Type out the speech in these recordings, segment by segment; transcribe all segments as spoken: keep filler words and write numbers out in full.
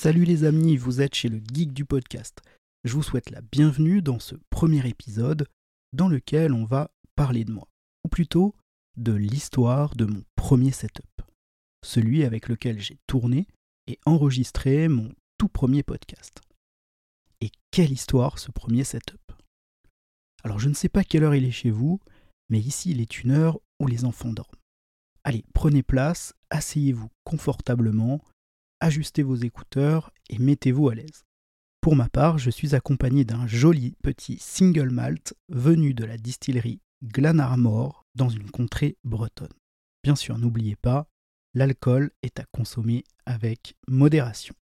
Salut les amis, vous êtes chez le Geek du podcast. Je vous souhaite la bienvenue dans ce premier épisode dans lequel on va parler de moi, ou plutôt de l'histoire de mon premier setup, celui avec lequel j'ai tourné et enregistré mon tout premier podcast. Et quelle histoire ce premier setup! Alors je ne sais pas quelle heure il est chez vous, mais ici il est une heure où les enfants dorment. Allez, prenez place, asseyez-vous confortablement, ajustez vos écouteurs et mettez-vous à l'aise. Pour ma part, je suis accompagné d'un joli petit single malt venu de la distillerie Glenarmor dans une contrée bretonne. Bien sûr, n'oubliez pas, l'alcool est à consommer avec modération.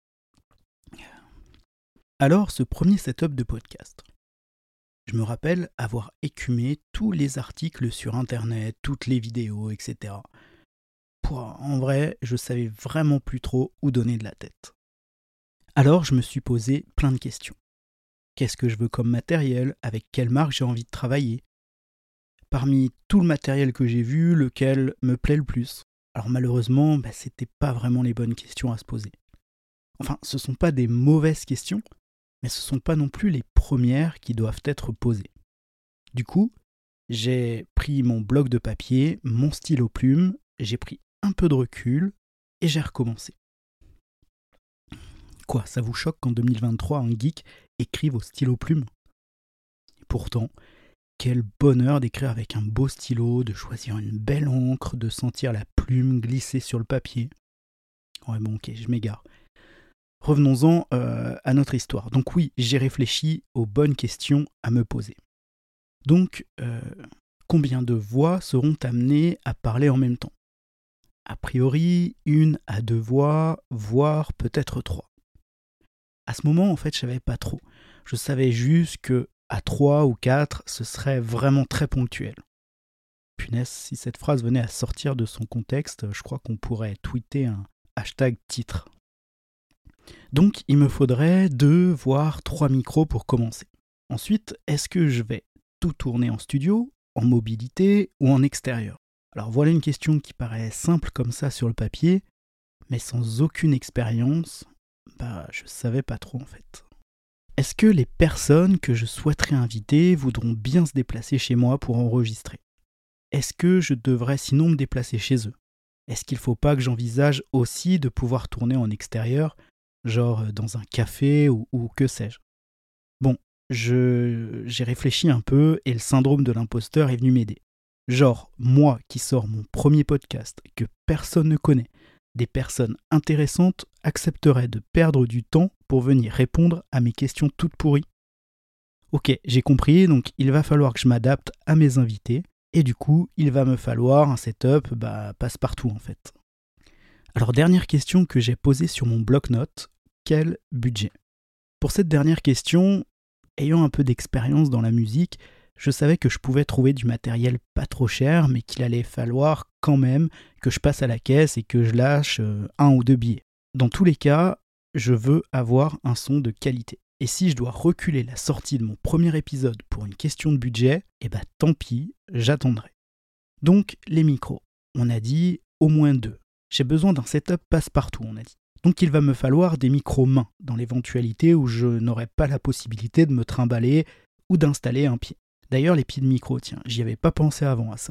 Alors, ce premier setup de podcast. Je me rappelle avoir écumé tous les articles sur internet, toutes les vidéos, et cetera. Pouah, en vrai, je savais vraiment plus trop où donner de la tête. Alors je me suis posé plein de questions. Qu'est-ce que je veux comme matériel? Avec quelle marque j'ai envie de travailler? Parmi tout le matériel que j'ai vu, lequel me plaît le plus? Alors malheureusement, bah, c'était pas vraiment les bonnes questions à se poser. Enfin, ce sont pas des mauvaises questions, mais ce sont pas non plus les premières qui doivent être posées. Du coup, j'ai pris mon bloc de papier, mon stylo plume, j'ai pris un peu de recul et j'ai recommencé. Quoi, ça vous choque qu'en deux mille vingt-trois, un geek écrive au stylo plume? Et pourtant, quel bonheur d'écrire avec un beau stylo, de choisir une belle encre, de sentir la plume glisser sur le papier. Ouais bon ok, je m'égare. Revenons-en euh, à notre histoire. Donc oui, j'ai réfléchi aux bonnes questions à me poser. Donc, euh, combien de voix seront amenées à parler en même temps? A priori, une à deux voix, voire peut-être trois. À ce moment, en fait, je savais pas trop. Je savais juste que à trois ou quatre, ce serait vraiment très ponctuel. Punaise, si cette phrase venait à sortir de son contexte, je crois qu'on pourrait tweeter un hashtag titre. Donc, il me faudrait deux, voire trois micros pour commencer. Ensuite, est-ce que je vais tout tourner en studio, en mobilité ou en extérieur? Alors voilà une question qui paraît simple comme ça sur le papier, mais sans aucune expérience, bah je savais pas trop en fait. Est-ce que les personnes que je souhaiterais inviter voudront bien se déplacer chez moi pour enregistrer? Est-ce que je devrais sinon me déplacer chez eux? Est-ce qu'il faut pas que j'envisage aussi de pouvoir tourner en extérieur, genre dans un café ou, ou que sais-je? Bon, je, j'ai réfléchi un peu et le syndrome de l'imposteur est venu m'aider. Genre, moi qui sors mon premier podcast que personne ne connaît, des personnes intéressantes accepteraient de perdre du temps pour venir répondre à mes questions toutes pourries. Ok, j'ai compris, donc il va falloir que je m'adapte à mes invités, et du coup, il va me falloir un setup, bah, passe-partout en fait. Alors, dernière question que j'ai posée sur mon bloc-notes, quel budget? Pour cette dernière question, ayant un peu d'expérience dans la musique, je savais que je pouvais trouver du matériel pas trop cher, mais qu'il allait falloir quand même que je passe à la caisse et que je lâche un ou deux billets. Dans tous les cas, je veux avoir un son de qualité. Et si je dois reculer la sortie de mon premier épisode pour une question de budget, eh ben tant pis, j'attendrai. Donc les micros, on a dit au moins deux. J'ai besoin d'un setup passe-partout, on a dit. Donc il va me falloir des micros mains, dans l'éventualité où je n'aurai pas la possibilité de me trimballer ou d'installer un pied. D'ailleurs, les pieds de micro, tiens, j'y avais pas pensé avant à ça.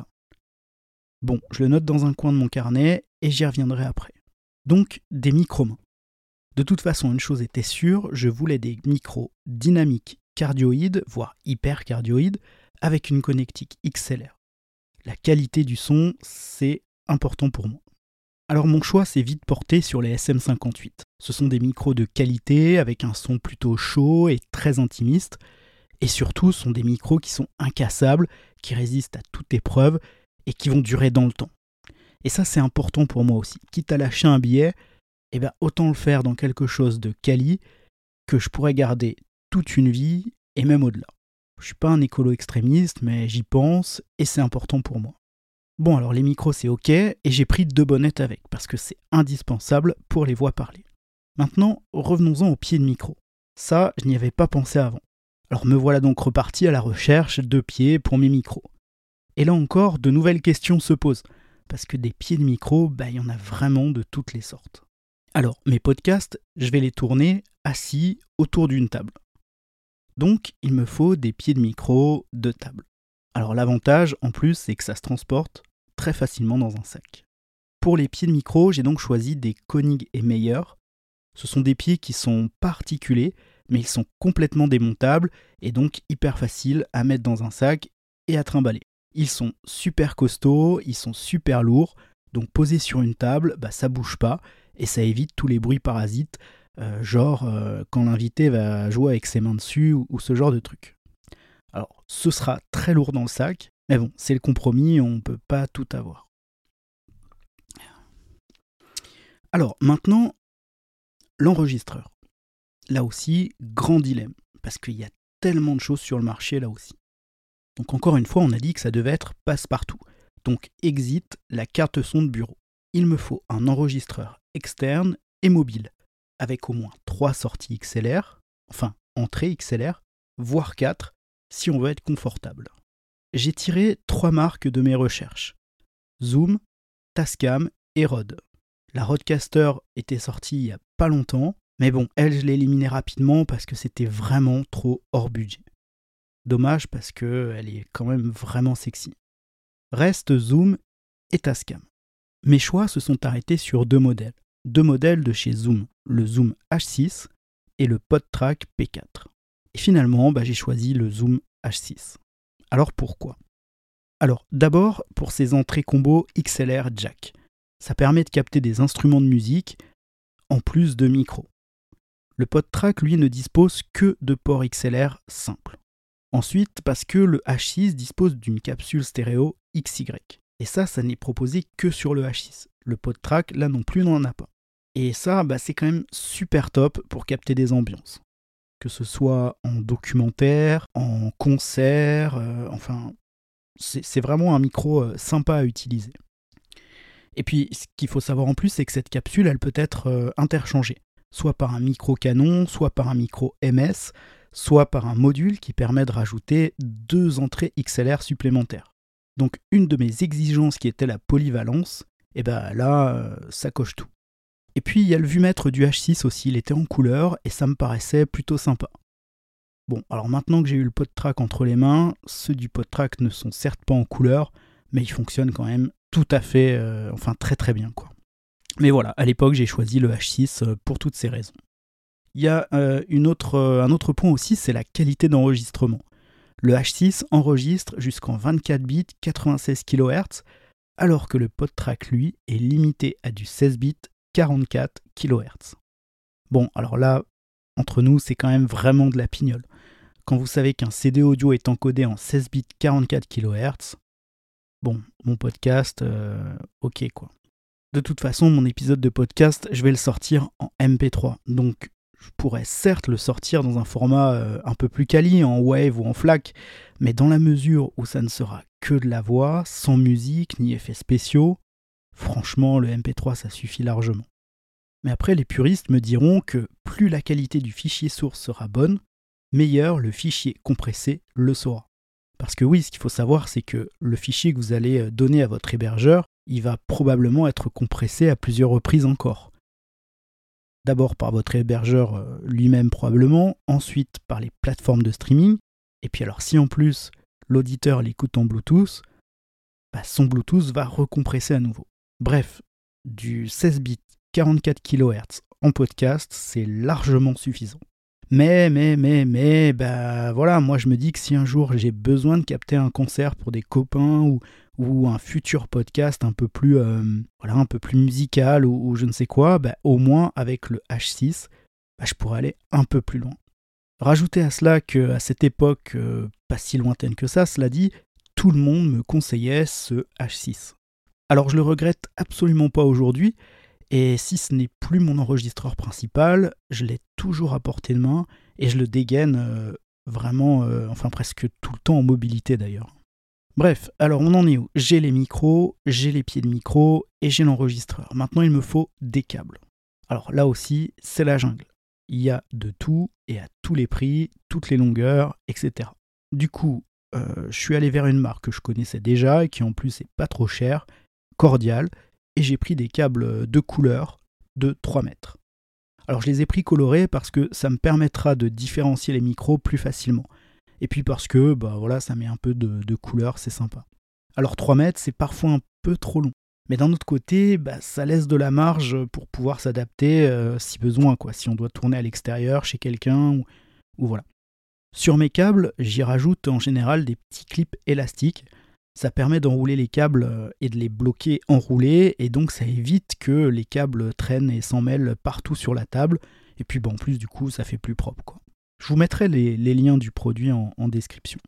Bon, je le note dans un coin de mon carnet et j'y reviendrai après. Donc, des micros mains. De toute façon, une chose était sûre, je voulais des micros dynamiques cardioïdes, voire hyper cardioïdes, avec une connectique X L R. La qualité du son, c'est important pour moi. Alors mon choix s'est vite porté sur les S M cinquante-huit. Ce sont des micros de qualité, avec un son plutôt chaud et très intimiste, et surtout, ce sont des micros qui sont incassables, qui résistent à toute épreuve et qui vont durer dans le temps. Et ça, c'est important pour moi aussi. Quitte à lâcher un billet, eh ben, autant le faire dans quelque chose de quali que je pourrais garder toute une vie et même au-delà. Je suis pas un écolo extrémiste, mais j'y pense et c'est important pour moi. Bon, alors les micros, c'est ok et j'ai pris deux bonnettes avec parce que c'est indispensable pour les voix parlées. Maintenant, revenons-en au pied de micro. Ça, je n'y avais pas pensé avant. Alors me voilà donc reparti à la recherche de pieds pour mes micros. Et là encore, de nouvelles questions se posent, parce que des pieds de micro, bah, y en a vraiment de toutes les sortes. Alors, mes podcasts, je vais les tourner assis autour d'une table. Donc, il me faut des pieds de micro de table. Alors, l'avantage, en plus, c'est que ça se transporte très facilement dans un sac. Pour les pieds de micro, j'ai donc choisi des Koenig et Meyer. Ce sont des pieds qui sont pas articulés, mais ils sont complètement démontables et donc hyper faciles à mettre dans un sac et à trimballer. Ils sont super costauds, ils sont super lourds, donc posés sur une table, bah, ça bouge pas et ça évite tous les bruits parasites, euh, genre euh, quand l'invité va jouer avec ses mains dessus ou, ou ce genre de truc. Alors, ce sera très lourd dans le sac, mais bon, c'est le compromis, on ne peut pas tout avoir. Alors, maintenant, l'enregistreur. Là aussi, grand dilemme, parce qu'il y a tellement de choses sur le marché là aussi. Donc encore une fois, on a dit que ça devait être passe-partout. Donc exit la carte son de bureau. Il me faut un enregistreur externe et mobile, avec au moins trois sorties X L R, enfin entrées X L R, voire quatre, si on veut être confortable. J'ai tiré trois marques de mes recherches. Zoom, Tascam et Rode. La Rodecaster était sortie il n'y a pas longtemps, mais bon, elle, je l'ai éliminée rapidement parce que c'était vraiment trop hors budget. Dommage parce qu'elle est quand même vraiment sexy. Reste Zoom et Tascam. Mes choix se sont arrêtés sur deux modèles. Deux modèles de chez Zoom, le Zoom H six et le PodTrack P quatre. Et finalement, bah, j'ai choisi le Zoom H six. Alors pourquoi ? Alors d'abord pour ses entrées combo X L R jack. Ça permet de capter des instruments de musique en plus de micros. Le PodTrack, lui, ne dispose que de ports X L R simples. Ensuite, parce que le H six dispose d'une capsule stéréo X Y. Et ça, ça n'est proposé que sur le H six. Le PodTrack, là non plus, n'en a pas. Et ça, bah, c'est quand même super top pour capter des ambiances. Que ce soit en documentaire, en concert, euh, enfin, c'est, c'est vraiment un micro euh, sympa à utiliser. Et puis, ce qu'il faut savoir en plus, c'est que cette capsule, elle peut être euh, interchangée. Soit par un micro canon, soit par un micro M S, soit par un module qui permet de rajouter deux entrées X L R supplémentaires. Donc une de mes exigences qui était la polyvalence, et ben là, euh, ça coche tout. Et puis il y a le vumètre du H six aussi, il était en couleur et ça me paraissait plutôt sympa. Bon, alors maintenant que j'ai eu le PodTrack entre les mains, ceux du PodTrack ne sont certes pas en couleur, mais ils fonctionnent quand même tout à fait, euh, enfin très très bien quoi. Mais voilà, à l'époque j'ai choisi le H six pour toutes ces raisons. Il y a euh, une autre, euh, un autre point aussi, c'est la qualité d'enregistrement. Le H six enregistre jusqu'en vingt-quatre bits quatre-vingt-seize kilohertz, alors que le PodTrack, lui, est limité à du seize bits quarante-quatre kilohertz. Bon, alors là, entre nous, c'est quand même vraiment de la pignole. Quand vous savez qu'un C D audio est encodé en seize bits quarante-quatre kilohertz, bon, mon podcast, euh, ok quoi. De toute façon, mon épisode de podcast, je vais le sortir en M P trois, donc je pourrais certes le sortir dans un format euh, un peu plus quali, en wave ou en FLAC, mais dans la mesure où ça ne sera que de la voix, sans musique ni effets spéciaux, franchement, le M P trois, ça suffit largement. Mais après, les puristes me diront que plus la qualité du fichier source sera bonne, meilleur le fichier compressé le sera. Parce que oui, ce qu'il faut savoir, c'est que le fichier que vous allez donner à votre hébergeur, il va probablement être compressé à plusieurs reprises encore. D'abord par votre hébergeur lui-même probablement, ensuite par les plateformes de streaming, et puis alors si en plus l'auditeur l'écoute en Bluetooth, bah son Bluetooth va recompresser à nouveau. Bref, du seize bits quarante-quatre kilohertz en podcast, c'est largement suffisant. Mais, mais, mais, mais, bah voilà, moi je me dis que si un jour j'ai besoin de capter un concert pour des copains ou, ou un futur podcast un peu plus, euh, voilà, un peu plus musical ou, ou je ne sais quoi, bah, au moins avec le H six, bah, je pourrais aller un peu plus loin. Rajoutez à cela qu'à cette époque, euh, pas si lointaine que ça, cela dit, tout le monde me conseillait ce H six. Alors je le regrette absolument pas aujourd'hui, et si ce n'est plus mon enregistreur principal, je l'ai toujours à portée de main et je le dégaine euh, vraiment, euh, enfin presque tout le temps en mobilité d'ailleurs. Bref, alors on en est où ? J'ai les micros, j'ai les pieds de micro et j'ai l'enregistreur. Maintenant il me faut des câbles. Alors là aussi, c'est la jungle. Il y a de tout et à tous les prix, toutes les longueurs, et cetera. Du coup, euh, je suis allé vers une marque que je connaissais déjà et qui en plus est pas trop chère, Cordial. Et j'ai pris des câbles de couleur, de trois mètres. Alors je les ai pris colorés parce que ça me permettra de différencier les micros plus facilement. Et puis parce que bah voilà, ça met un peu de, de couleur, c'est sympa. Alors trois mètres, c'est parfois un peu trop long. Mais d'un autre côté, bah, ça laisse de la marge pour pouvoir s'adapter euh, si besoin, quoi. Si on doit tourner à l'extérieur, chez quelqu'un, ou, ou voilà. Sur mes câbles, j'y rajoute en général des petits clips élastiques. Ça permet d'enrouler les câbles et de les bloquer enroulés, et donc ça évite que les câbles traînent et s'en mêlent partout sur la table. Et puis bah, en plus, du coup, ça fait plus propre, quoi. Je vous mettrai les, les liens du produit en, en description.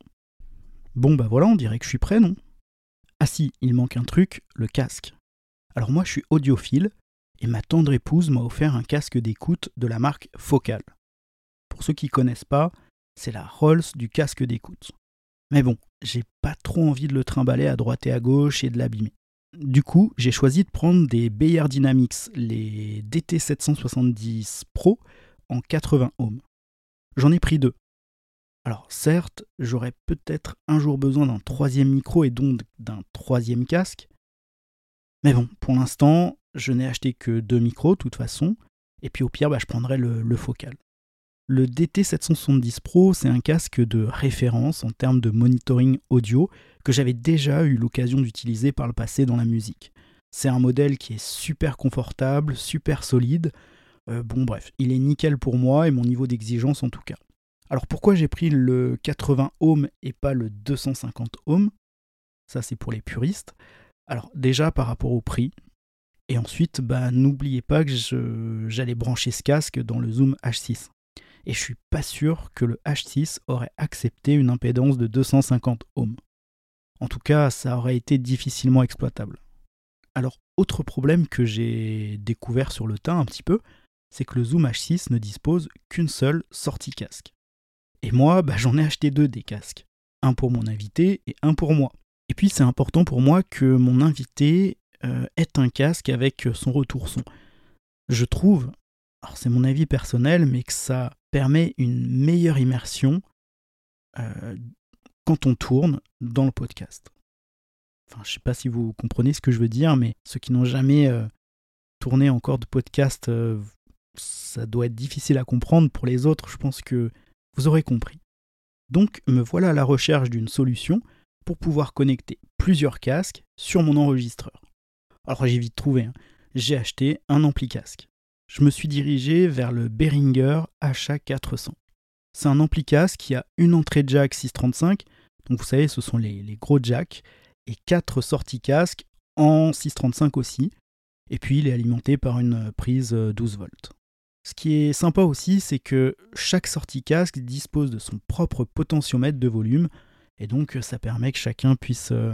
Bon bah voilà, on dirait que je suis prêt, non ? Ah si, il manque un truc, le casque. Alors moi je suis audiophile, et ma tendre épouse m'a offert un casque d'écoute de la marque Focal. Pour ceux qui ne connaissent pas, c'est la Rolls du casque d'écoute. Mais bon, j'ai pas trop envie de le trimballer à droite et à gauche et de l'abîmer. Du coup, j'ai choisi de prendre des Beyer Dynamics, les D T sept cent soixante-dix Pro en quatre-vingts ohms. J'en ai pris deux. Alors certes, j'aurais peut-être un jour besoin d'un troisième micro et donc d'un troisième casque. Mais bon, pour l'instant, je n'ai acheté que deux micros de toute façon. Et puis au pire, bah, je prendrai le, le Focal. Le D T sept cent soixante-dix Pro, c'est un casque de référence en termes de monitoring audio que j'avais déjà eu l'occasion d'utiliser par le passé dans la musique. C'est un modèle qui est super confortable, super solide. Euh, bon bref, il est nickel pour moi et mon niveau d'exigence en tout cas. Alors pourquoi j'ai pris le quatre-vingts ohms et pas le deux cent cinquante ohms ? Ça c'est pour les puristes. Alors déjà par rapport au prix. Et ensuite, bah, n'oubliez pas que je, j'allais brancher ce casque dans le Zoom H six. Et je suis pas sûr que le H six aurait accepté une impédance de deux cent cinquante ohms. En tout cas, ça aurait été difficilement exploitable. Alors, autre problème que j'ai découvert sur le tas un petit peu, c'est que le Zoom H six ne dispose qu'une seule sortie casque. Et moi, bah, j'en ai acheté deux des casques. Un pour mon invité et un pour moi. Et puis c'est important pour moi que mon invité euh, ait un casque avec son retour son. Je trouve, alors c'est mon avis personnel, mais que ça permet une meilleure immersion euh, quand on tourne dans le podcast. Enfin, je ne sais pas si vous comprenez ce que je veux dire, mais ceux qui n'ont jamais euh, tourné encore de podcast, euh, ça doit être difficile à comprendre. Pour les autres, je pense que vous aurez compris. Donc, me voilà à la recherche d'une solution pour pouvoir connecter plusieurs casques sur mon enregistreur. Alors, j'ai vite trouvé, hein. J'ai acheté un ampli casque. Je me suis dirigé vers le Behringer H A quatre cents. C'est un ampli casque qui a une entrée jack six cent trente-cinq, donc vous savez, ce sont les, les gros jacks, et quatre sorties casque en six cent trente-cinq aussi, et puis il est alimenté par une prise douze volts. Ce qui est sympa aussi, c'est que chaque sortie casque dispose de son propre potentiomètre de volume, et donc ça permet que chacun puisse euh,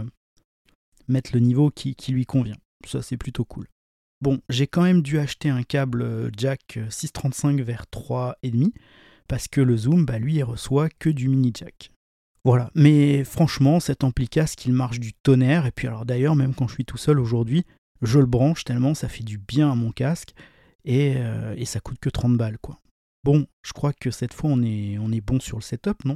mettre le niveau qui, qui lui convient. Ça, c'est plutôt cool. Bon, j'ai quand même dû acheter un câble jack six cent trente-cinq vers trois virgule cinq, parce que le Zoom, bah, lui, il reçoit que du mini jack. Voilà, mais franchement, cet ampli casque, il marche du tonnerre, et puis alors d'ailleurs, même quand je suis tout seul aujourd'hui, je le branche tellement ça fait du bien à mon casque, et, euh, et ça coûte que trente balles, quoi. Bon, je crois que cette fois, on est, on est bon sur le setup, non ?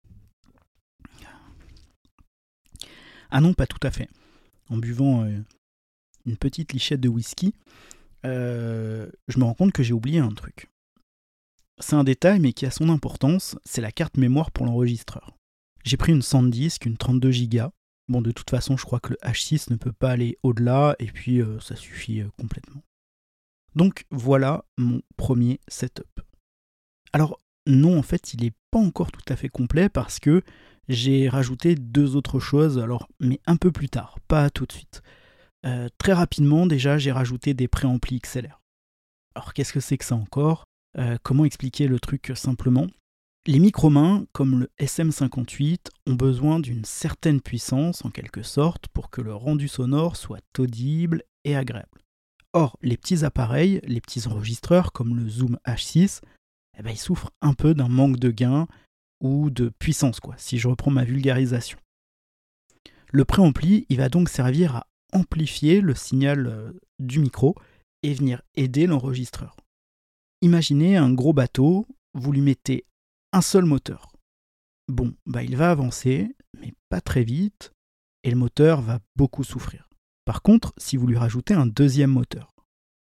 Ah non, pas tout à fait. En buvant euh, une petite lichette de whisky, euh, je me rends compte que j'ai oublié un truc. C'est un détail, mais qui a son importance, c'est la carte mémoire pour l'enregistreur. J'ai pris une SanDisk, une trente-deux gigas. Bon, de toute façon, je crois que le H six ne peut pas aller au-delà, et puis euh, ça suffit euh, complètement. Donc voilà mon premier setup. Alors non, en fait, il n'est pas encore tout à fait complet parce que j'ai rajouté deux autres choses, alors mais un peu plus tard, pas tout de suite. Euh, très rapidement, déjà, j'ai rajouté des préamplis X L R. Alors qu'est-ce que c'est que ça encore ? euh, Comment expliquer le truc simplement ? Les micro-mains, comme le S M cinquante-huit, ont besoin d'une certaine puissance, en quelque sorte, pour que le rendu sonore soit audible et agréable. Or, les petits appareils, les petits enregistreurs, comme le Zoom H six, eh ben, ils souffrent un peu d'un manque de gain ou de puissance, quoi, si je reprends ma vulgarisation. Le préampli, il va donc servir à amplifier le signal euh, du micro et venir aider l'enregistreur. Imaginez un gros bateau, vous lui mettez un seul moteur. Bon, bah il va avancer, mais pas très vite, et le moteur va beaucoup souffrir. Par contre, si vous lui rajoutez un deuxième moteur,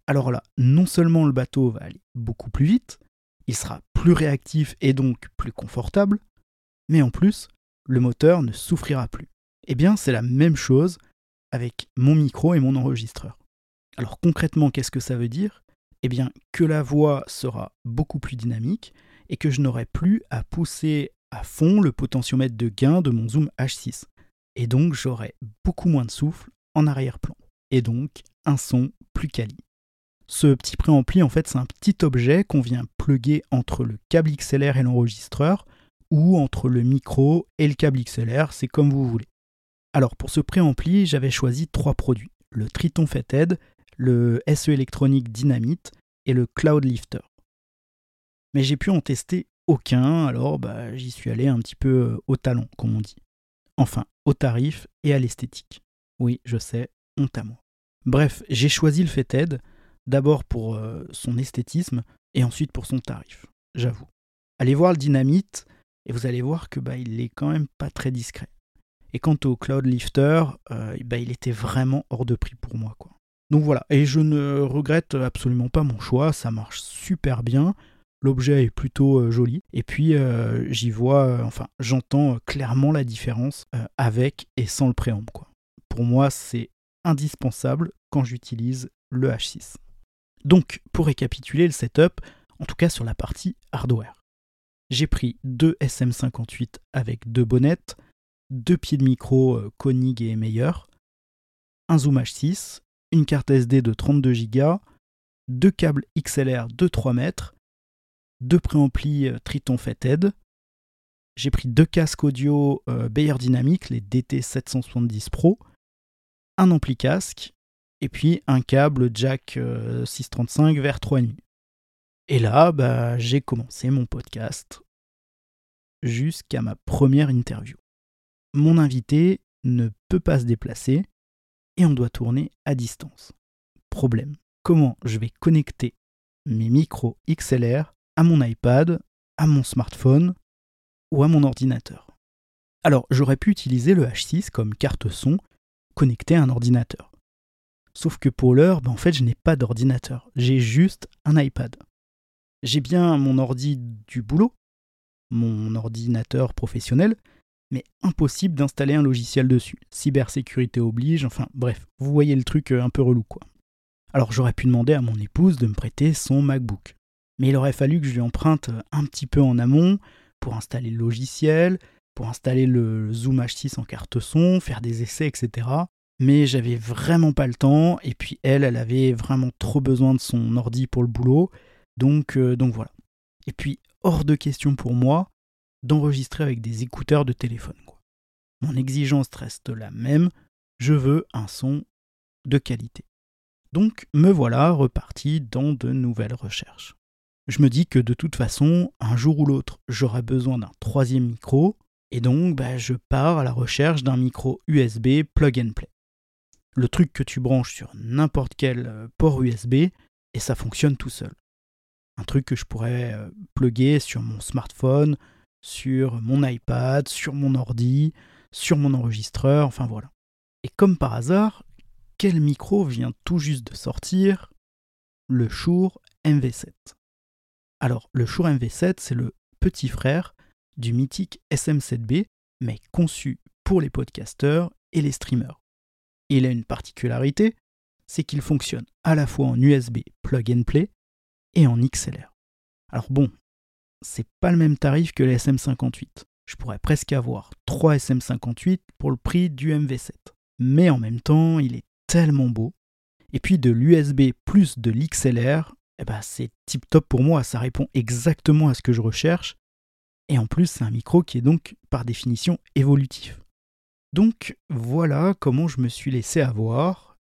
Alors là, non seulement le bateau va aller beaucoup plus vite, il sera plus réactif et donc plus confortable, mais en plus, le moteur ne souffrira plus. Eh bien, c'est la même chose avec mon micro et mon enregistreur. Alors concrètement, qu'est-ce que ça veut dire ? Eh bien, que la voix sera beaucoup plus dynamique et que je n'aurai plus à pousser à fond le potentiomètre de gain de mon Zoom H six. Et donc, j'aurai beaucoup moins de souffle en arrière-plan. Et donc, un son plus quali. Ce petit préampli, en fait, c'est un petit objet qu'on vient plugger entre le câble X L R et l'enregistreur, ou entre le micro et le câble X L R, c'est comme vous voulez. Alors, pour ce préampli, j'avais choisi trois produits. Le Triton Fathead, le S E Electronic Dynamite et le Cloud Lifter. Mais j'ai pu en tester aucun, alors bah, j'y suis allé un petit peu au talent, comme on dit. Enfin, au tarif et à l'esthétique. Oui, je sais, honte à moi. Bref, j'ai choisi le Fathead, d'abord pour euh, son esthétisme et ensuite pour son tarif, j'avoue. Allez voir le Dynamite et vous allez voir que bah, il est quand même pas très discret. Et quant au Cloud Lifter, euh, bah, il était vraiment hors de prix pour moi, quoi. Donc voilà, et je ne regrette absolument pas mon choix, ça marche super bien, l'objet est plutôt euh, joli, et puis euh, j'y vois, euh, enfin j'entends euh, clairement la différence euh, avec et sans le préamp, quoi. Pour moi, c'est indispensable quand j'utilise le H six. Donc, pour récapituler le setup, en tout cas sur la partie hardware, j'ai pris deux S M cinquante-huit avec deux bonnettes, deux pieds de micro euh, Koenig et Meyer, un Zoom H six, une carte S D de trente-deux giga, deux câbles X L R de trois mètres, deux préamplis euh, Triton Fathead. J'ai pris deux casques audio euh, Beyer Dynamic, les D T sept cent soixante-dix Pro, un ampli casque, et puis un câble jack euh, six cent trente-cinq vers trois virgule cinq. Et là, bah, j'ai commencé mon podcast jusqu'à ma première interview. Mon invité ne peut pas se déplacer et on doit tourner à distance. Problème, comment je vais connecter mes micros X L R à mon iPad, à mon smartphone ou à mon ordinateur ? Alors, j'aurais pu utiliser le H six comme carte son connectée à un ordinateur. Sauf que pour l'heure, ben en fait, je n'ai pas d'ordinateur. J'ai juste un iPad. J'ai bien mon ordi du boulot, mon ordinateur professionnel, mais impossible d'installer un logiciel dessus. Cybersécurité oblige, enfin bref, vous voyez le truc un peu relou, quoi. Alors j'aurais pu demander à mon épouse de me prêter son MacBook. Mais il aurait fallu que je lui emprunte un petit peu en amont pour installer le logiciel, pour installer le Zoom H six en carte son, faire des essais, et cetera. Mais j'avais vraiment pas le temps, et puis elle, elle avait vraiment trop besoin de son ordi pour le boulot, donc, euh, donc voilà. Et puis, hors de question pour moi d'enregistrer avec des écouteurs de téléphone, quoi. Mon exigence reste la même, je veux un son de qualité. Donc me voilà reparti dans de nouvelles recherches. Je me dis que de toute façon, un jour ou l'autre, j'aurai besoin d'un troisième micro, et donc bah, je pars à la recherche d'un micro U S B plug and play. Le truc que tu branches sur n'importe quel port U S B, et ça fonctionne tout seul. Un truc que je pourrais euh, plugger sur mon smartphone, sur mon iPad, sur mon ordi, sur mon enregistreur, enfin voilà. Et comme par hasard, quel micro vient tout juste de sortir ? Le Shure M V sept. Alors, le Shure M V sept, c'est le petit frère du mythique S M sept B, mais conçu pour les podcasteurs et les streamers. Et il a une particularité, c'est qu'il fonctionne à la fois en U S B plug and play et en X L R. Alors bon, c'est pas le même tarif que les S M cinquante-huit. Je pourrais presque avoir trois S M cinquante-huit pour le prix du M V sept. Mais en même temps, il est tellement beau. Et puis de l'U S B plus de l'X L R, eh ben c'est tip top pour moi, ça répond exactement à ce que je recherche. Et en plus, c'est un micro qui est donc par définition évolutif. Donc voilà comment je me suis laissé avoir.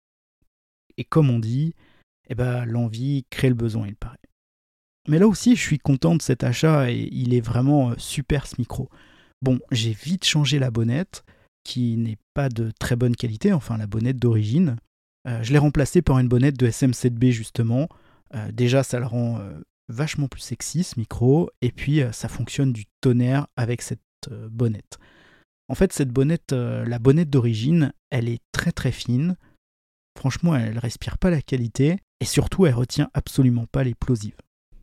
Et comme on dit, eh ben, l'envie crée le besoin, il paraît. Mais là aussi, je suis content de cet achat et il est vraiment super ce micro. Bon, j'ai vite changé la bonnette, qui n'est pas de très bonne qualité, enfin la bonnette d'origine. Euh, je l'ai remplacée par une bonnette de S M sept B justement. Euh, déjà, ça le rend euh, vachement plus sexy ce micro, et puis euh, ça fonctionne du tonnerre avec cette euh, bonnette. En fait, cette bonnette, euh, la bonnette d'origine, elle est très très fine. Franchement, elle respire pas la qualité et surtout, elle retient absolument pas les plosives.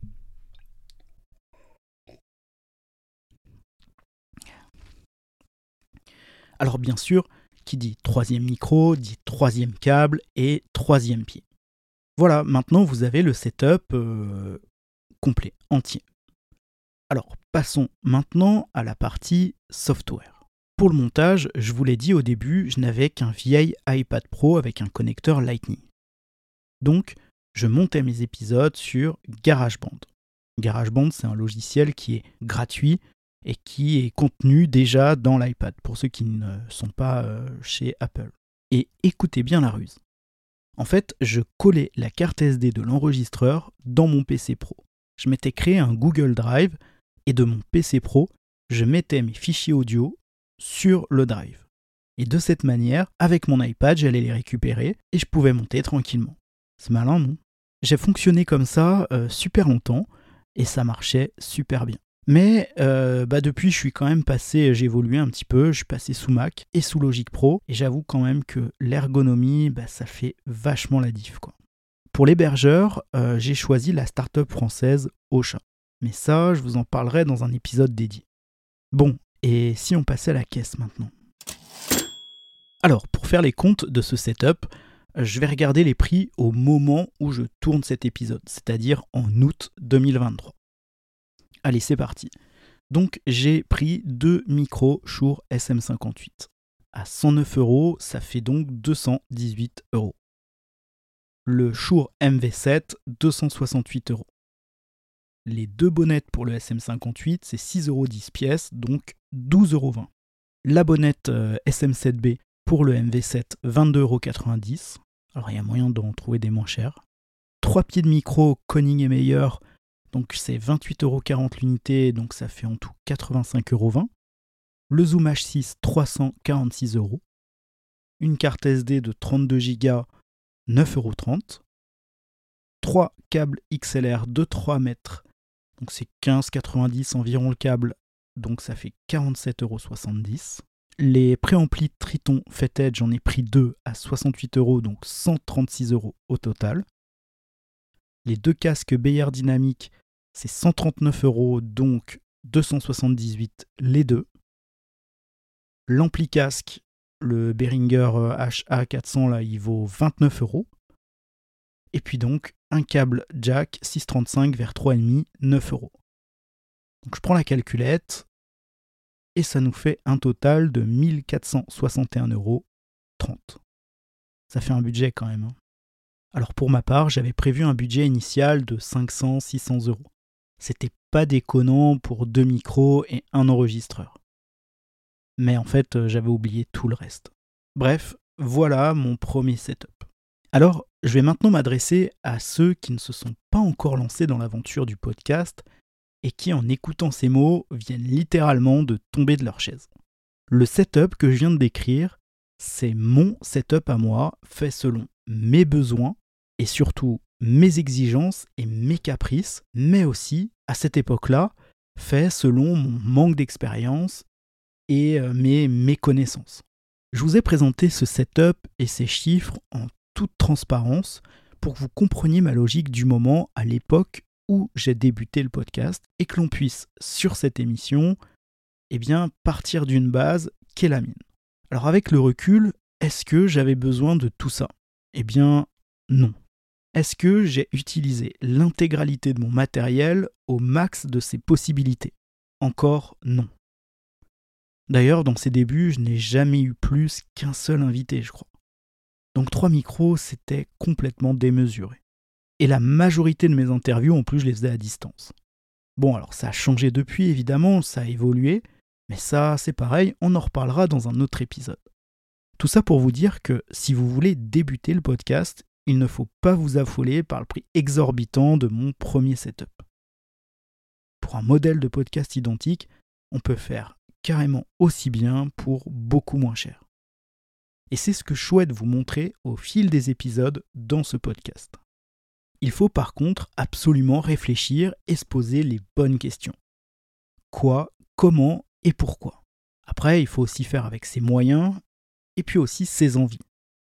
Alors bien sûr, qui dit troisième micro, dit troisième câble et troisième pied. Voilà, maintenant vous avez le setup euh, complet, entier. Alors passons maintenant à la partie software. Pour le montage, je vous l'ai dit au début, je n'avais qu'un vieil iPad Pro avec un connecteur Lightning. Donc, je montais mes épisodes sur GarageBand. GarageBand, c'est un logiciel qui est gratuit et qui est contenu déjà dans l'iPad, pour ceux qui ne sont pas euh, chez Apple. Et écoutez bien la ruse. En fait, je collais la carte S D de l'enregistreur dans mon P C Pro. Je m'étais créé un Google Drive et de mon P C Pro, je mettais mes fichiers audio sur le Drive. Et de cette manière, avec mon iPad, j'allais les récupérer et je pouvais monter tranquillement. C'est malin, non ? J'ai fonctionné comme ça euh, super longtemps et ça marchait super bien. Mais euh, bah depuis, je suis quand même passé, j'ai évolué un petit peu, je suis passé sous Mac et sous Logic Pro et j'avoue quand même que l'ergonomie, bah, ça fait vachement la diff, quoi. Pour l'hébergeur, euh, j'ai choisi la start-up française Ocha. Mais ça, je vous en parlerai dans un épisode dédié. Bon, et si on passait à la caisse maintenant ? Alors, pour faire les comptes de ce setup, je vais regarder les prix au moment où je tourne cet épisode, c'est-à-dire en août deux mille vingt-trois. Allez, c'est parti. Donc, j'ai pris deux micros Shure S M cinquante-huit. À cent neuf euros, ça fait donc deux cent dix-huit euros. Le Shure M V sept, deux cent soixante-huit euros. Les deux bonnettes pour le S M cinquante-huit, c'est six euros dix pièces, donc douze euros vingt. La bonnette euh, S M sept B pour le M V sept, vingt-deux euros quatre-vingt-dix. Alors il y a moyen d'en trouver des moins chers. Trois pieds de micro Koning et Meyer, donc c'est vingt-huit euros quarante l'unité, donc ça fait en tout quatre-vingt-cinq euros vingt. Le Zoom H six, trois cent quarante-six euros. Une carte S D de trente-deux giga, neuf euros trente. Trois câbles X L R de trois mètres, donc c'est quinze euros quatre-vingt-dix environ le câble, donc ça fait quarante-sept euros soixante-dix. Les préamplis Triton Fethead, j'en ai pris deux à soixante-huit euros, donc cent trente-six euros au total. Les deux casques Beyer Dynamic, c'est cent trente-neuf euros, donc deux cent soixante-dix-huit les deux. L'ampli casque, le Behringer H A quatre cents, là, il vaut vingt-neuf euros. Et puis donc, un câble jack six cent trente-cinq vers trois virgule cinq, neuf euros. Donc je prends la calculette, et ça nous fait un total de mille quatre cent soixante et un euros trente. Ça fait un budget quand même. Hein. Alors pour ma part, j'avais prévu un budget initial de cinq cents à six cents euros. C'était pas déconnant pour deux micros et un enregistreur. Mais en fait, j'avais oublié tout le reste. Bref, voilà mon premier setup. Alors, je vais maintenant m'adresser à ceux qui ne se sont pas encore lancés dans l'aventure du podcast et qui, en écoutant ces mots, viennent littéralement de tomber de leur chaise. Le setup que je viens de décrire, c'est mon setup à moi, fait selon mes besoins et surtout mes exigences et mes caprices, mais aussi, à cette époque-là, fait selon mon manque d'expérience et mes méconnaissances. Je vous ai présenté ce setup et ces chiffres en toute transparence pour que vous compreniez ma logique du moment à l'époque où j'ai débuté le podcast et que l'on puisse, sur cette émission, eh bien, partir d'une base qui est la mienne. Alors avec le recul, est-ce que j'avais besoin de tout ça ? Eh bien, non. Est-ce que j'ai utilisé l'intégralité de mon matériel au max de ses possibilités ? Encore non. D'ailleurs, dans ses débuts, je n'ai jamais eu plus qu'un seul invité, je crois. Donc trois micros, c'était complètement démesuré. Et la majorité de mes interviews, en plus, je les faisais à distance. Bon, alors ça a changé depuis, évidemment, ça a évolué, mais ça, c'est pareil, on en reparlera dans un autre épisode. Tout ça pour vous dire que si vous voulez débuter le podcast, il ne faut pas vous affoler par le prix exorbitant de mon premier setup. Pour un modèle de podcast identique, on peut faire carrément aussi bien pour beaucoup moins cher. Et c'est ce que je souhaite vous montrer au fil des épisodes dans ce podcast. Il faut par contre absolument réfléchir et se poser les bonnes questions. Quoi, comment et pourquoi ? Après, il faut aussi faire avec ses moyens et puis aussi ses envies.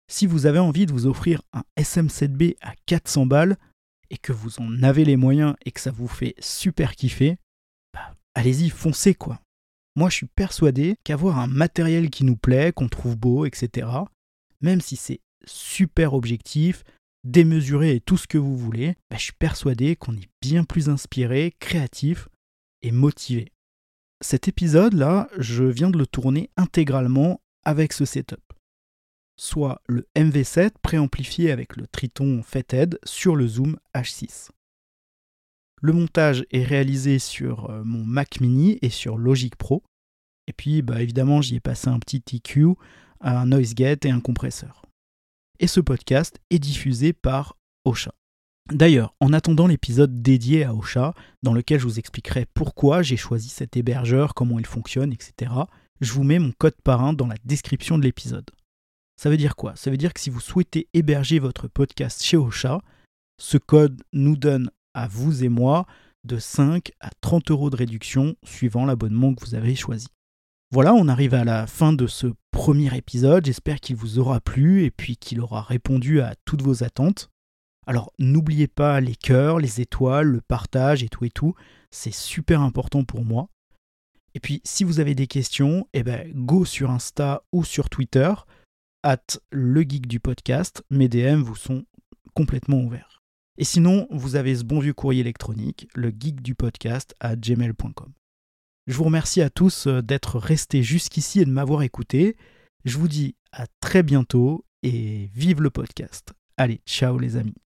Si vous avez envie de vous offrir un S M sept B à quatre cents balles et que vous en avez les moyens et que ça vous fait super kiffer, bah, allez-y, foncez quoi. Moi je suis persuadé qu'avoir un matériel qui nous plaît, qu'on trouve beau, et cetera, même si c'est super objectif, démesuré et tout ce que vous voulez, bah, je suis persuadé qu'on est bien plus inspiré, créatif et motivé. Cet épisode-là, je viens de le tourner intégralement avec ce setup. Soit le M V sept préamplifié avec le Triton Fathead sur le Zoom H six. Le montage est réalisé sur mon Mac Mini et sur Logic Pro. Et puis bah, évidemment j'y ai passé un petit E Q, un noise gate et un compresseur. Et ce podcast est diffusé par Ocha. D'ailleurs, en attendant l'épisode dédié à Ocha, dans lequel je vous expliquerai pourquoi j'ai choisi cet hébergeur, comment il fonctionne, et cetera, je vous mets mon code parrain dans la description de l'épisode. Ça veut dire quoi ? Ça veut dire que si vous souhaitez héberger votre podcast chez Ocha, ce code nous donne à vous et moi de cinq à trente euros de réduction suivant l'abonnement que vous avez choisi. Voilà, on arrive à la fin de ce premier épisode. J'espère qu'il vous aura plu et puis qu'il aura répondu à toutes vos attentes. Alors n'oubliez pas les cœurs, les étoiles, le partage et tout et tout. C'est super important pour moi. Et puis si vous avez des questions, eh ben, go sur Insta ou sur Twitter, at le geek du podcast. Mes D M vous sont complètement ouverts. Et sinon, vous avez ce bon vieux courrier électronique, le geek du podcast à gmail point com. Je vous remercie à tous d'être restés jusqu'ici et de m'avoir écouté. Je vous dis à très bientôt et vive le podcast. Allez, ciao les amis.